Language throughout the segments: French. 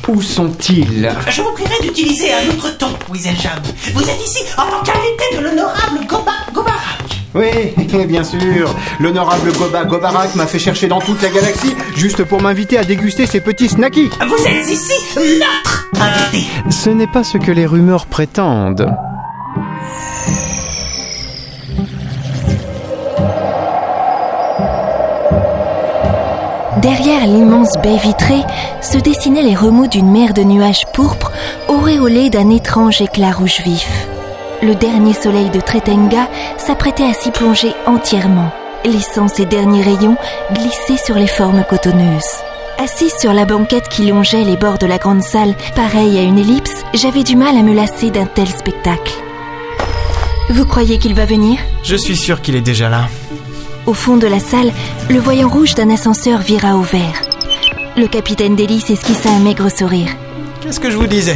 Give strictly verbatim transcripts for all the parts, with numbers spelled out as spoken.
Où sont-ils? Je vous prierai d'utiliser un autre ton, Wizeljam. Vous êtes ici en tant qu'invité de l'honorable Goba Gobarak. Oui, bien sûr. L'honorable Goba Gobarak m'a fait chercher dans toute la galaxie juste pour m'inviter à déguster ses petits snackis. Vous êtes ici notre invité. Ce n'est pas ce que les rumeurs prétendent. Derrière l'immense baie vitrée se dessinaient les remous d'une mer de nuages pourpres auréolés d'un étrange éclat rouge vif. Le dernier soleil de Tretenga s'apprêtait à s'y plonger entièrement, laissant ses derniers rayons glisser sur les formes cotonneuses. Assise sur la banquette qui longeait les bords de la grande salle, pareille à une ellipse, j'avais du mal à me lasser d'un tel spectacle. Vous croyez qu'il va venir ? Je suis sûr qu'il est déjà là. Au fond de la salle, le voyant rouge d'un ascenseur vira au vert. Le capitaine Délice esquissa un maigre sourire. Qu'est-ce que je vous disais ?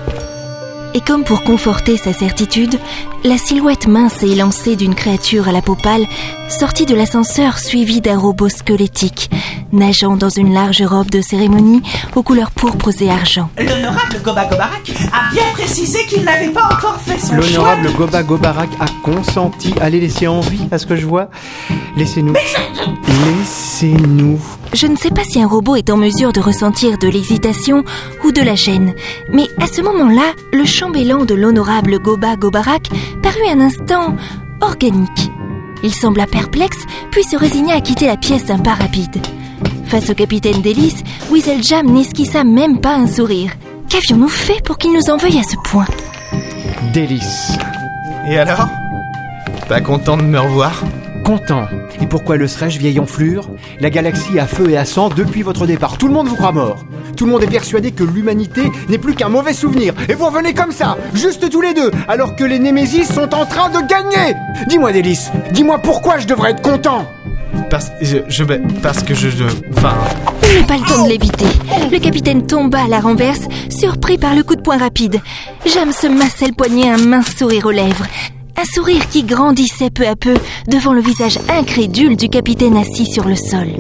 Et comme pour conforter sa certitude, la silhouette mince et élancée d'une créature à la peau pâle sortit de l'ascenseur suivie d'un robot squelettique, nageant dans une large robe de cérémonie aux couleurs pourpres et argent. L'honorable Goba Gobarak a bien précisé qu'il n'avait pas encore fait son L'honorable choix. Goba Gobarak a consenti à les laisser en vie, à ce que je vois. Laissez-nous. Laissez-nous. Je ne sais pas si un robot est en mesure de ressentir de l'hésitation ou de la gêne, mais à ce moment-là, le chambellan de l'honorable Goba Gobarak parut un instant organique. Il sembla perplexe, puis se résigna à quitter la pièce d'un pas rapide. Face au capitaine Délice, Wizeljam n'esquissa même pas un sourire. Qu'avions-nous fait pour qu'il nous en veuille à ce point ? Délice. Et alors ? Pas content de me revoir ? Content. Et pourquoi le serais-je, vieille enflure ? La galaxie a feu et à sang depuis votre départ. Tout le monde vous croit mort. Tout le monde est persuadé que l'humanité n'est plus qu'un mauvais souvenir. Et vous revenez comme ça, juste tous les deux, alors que les Némésis sont en train de gagner. Dis-moi, Délice, dis-moi pourquoi je devrais être content ? Parce, je, je, parce que je... je enfin... Il n'eut pas le temps de l'éviter. Le capitaine tomba à la renverse, surpris par le coup de poing rapide. Jam se massait le poignet, un mince sourire aux lèvres. Un sourire qui grandissait peu à peu devant le visage incrédule du capitaine assis sur le sol.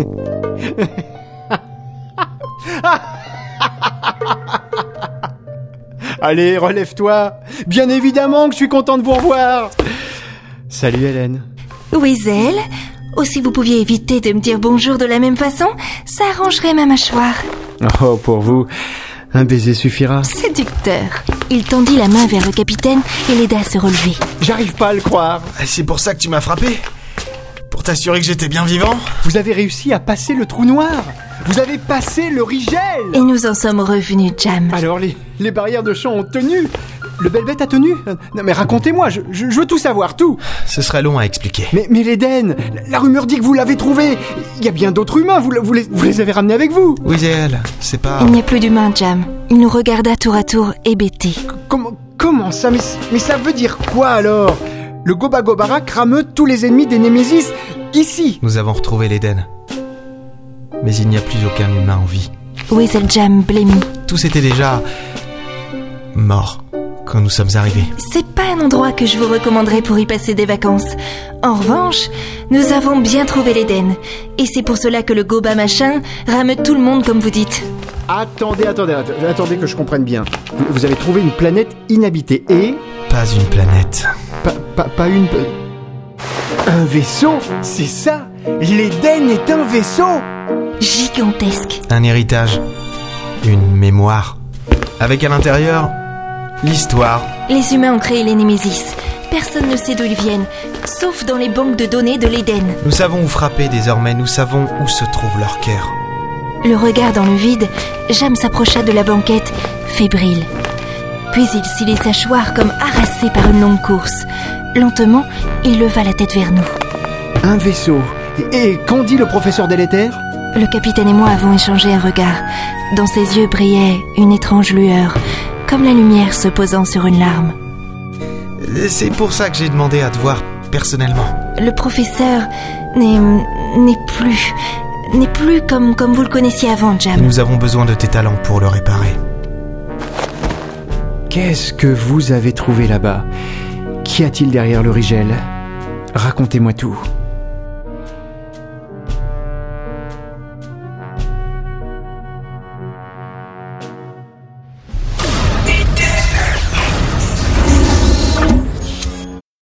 Allez, relève-toi. Bien évidemment que je suis content de vous revoir. Salut, Hélène. Wizel, ou si vous pouviez éviter de me dire bonjour de la même façon, ça arrangerait ma mâchoire. Oh, pour vous, un baiser suffira. Séducteur. Il tendit la main vers le capitaine et l'aida à se relever. J'arrive pas à le croire. C'est pour ça que tu m'as frappé ? Pour t'assurer que j'étais bien vivant ? Vous avez réussi à passer le trou noir. Vous avez passé le Rigel. Et nous en sommes revenus, Jam. Alors, les, les barrières de champ ont tenu. Le Belbeth a tenu. Non mais racontez-moi, je, je, je veux tout savoir, tout. Ce serait long à expliquer. Mais, mais l'Éden, la, la rumeur dit que vous l'avez trouvé. Il y a bien d'autres humains, vous, vous, les, vous les avez ramenés avec vous. Oui, c'est elle, c'est pas... Il n'y a plus d'humains, Jam. Il nous regarda tour à tour, hébété. Comment, comment ça mais, mais ça veut dire quoi alors ? Le Goba Gobarak rameute tous les ennemis des Némésis ici. Nous avons retrouvé l'Éden. Mais il n'y a plus aucun humain en vie. Wizeljam blêmit. Tous étaient déjà... morts quand nous sommes arrivés. C'est pas un endroit que je vous recommanderais pour y passer des vacances. En revanche, nous avons bien trouvé l'Éden. Et c'est pour cela que le Goba machin rameute tout le monde comme vous dites. Attendez, attendez, attendez, attendez que je comprenne bien. Vous, vous avez trouvé une planète inhabitée et... Pas une planète. Pas, pas, pas une... Un vaisseau ? C'est ça ? L'Éden est un vaisseau ? Gigantesque. Un héritage. Une mémoire. Avec à l'intérieur... l'histoire. Les humains ont créé les Némésis. Personne ne sait d'où ils viennent, sauf dans les banques de données de l'Éden. Nous savons où frapper désormais, nous savons où se trouve leur cœur. Le regard dans le vide, Jam s'approcha de la banquette, fébrile. Puis il s'y laissa choir comme harassé par une longue course. Lentement, il leva la tête vers nous. Un vaisseau. Et, et qu'en dit le professeur Délétère ? Le capitaine et moi avons échangé un regard. Dans ses yeux brillait une étrange lueur, comme la lumière se posant sur une larme. C'est pour ça que j'ai demandé à te voir personnellement. Le professeur n'est, n'est plus... n'est plus comme, comme vous le connaissiez avant, Jam. Nous avons besoin de tes talents pour le réparer. Qu'est-ce que vous avez trouvé là-bas ? Qu'y a-t-il derrière le Rigel ? Racontez-moi tout.